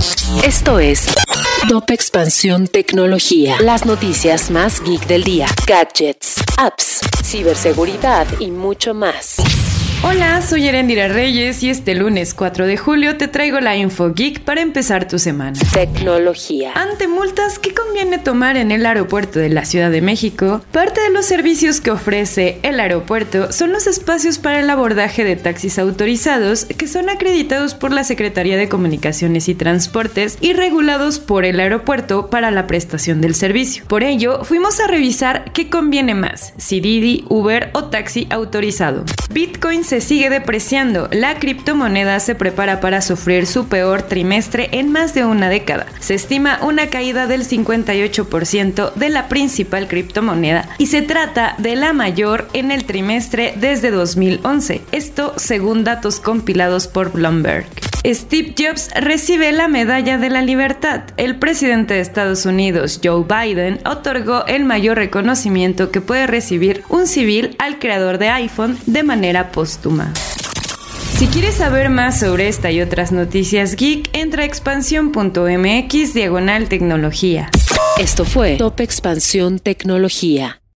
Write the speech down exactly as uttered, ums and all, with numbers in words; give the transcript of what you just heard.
Esto es Top Expansión Tecnología. Las noticias más geek del día. Gadgets, apps, ciberseguridad y mucho más. Hola, soy Erendira Reyes y este lunes cuatro de julio te traigo la Info Geek para empezar tu semana. Tecnología. Ante multas que conviene tomar en el aeropuerto de la Ciudad de México, parte de los servicios que ofrece el aeropuerto son los espacios para el abordaje de taxis autorizados que son acreditados por la Secretaría de Comunicaciones y Transportes y regulados por el aeropuerto para la prestación del servicio. Por ello, fuimos a revisar qué conviene más, si Didi, Uber o taxi autorizado. Bitcoin se sigue depreciando. La criptomoneda se prepara para sufrir su peor trimestre en más de una década. Se estima una caída del cincuenta y ocho por ciento de la principal criptomoneda y se trata de la mayor en el trimestre desde dos mil once. Esto según datos compilados por Bloomberg. Steve Jobs recibe la Medalla de la Libertad. El presidente de Estados Unidos, Joe Biden, otorgó el mayor reconocimiento que puede recibir un civil al creador de iPhone de manera póstuma. Si quieres saber más sobre esta y otras noticias geek, entra a expansión.mx diagonal tecnología. Esto fue Top Expansión Tecnología.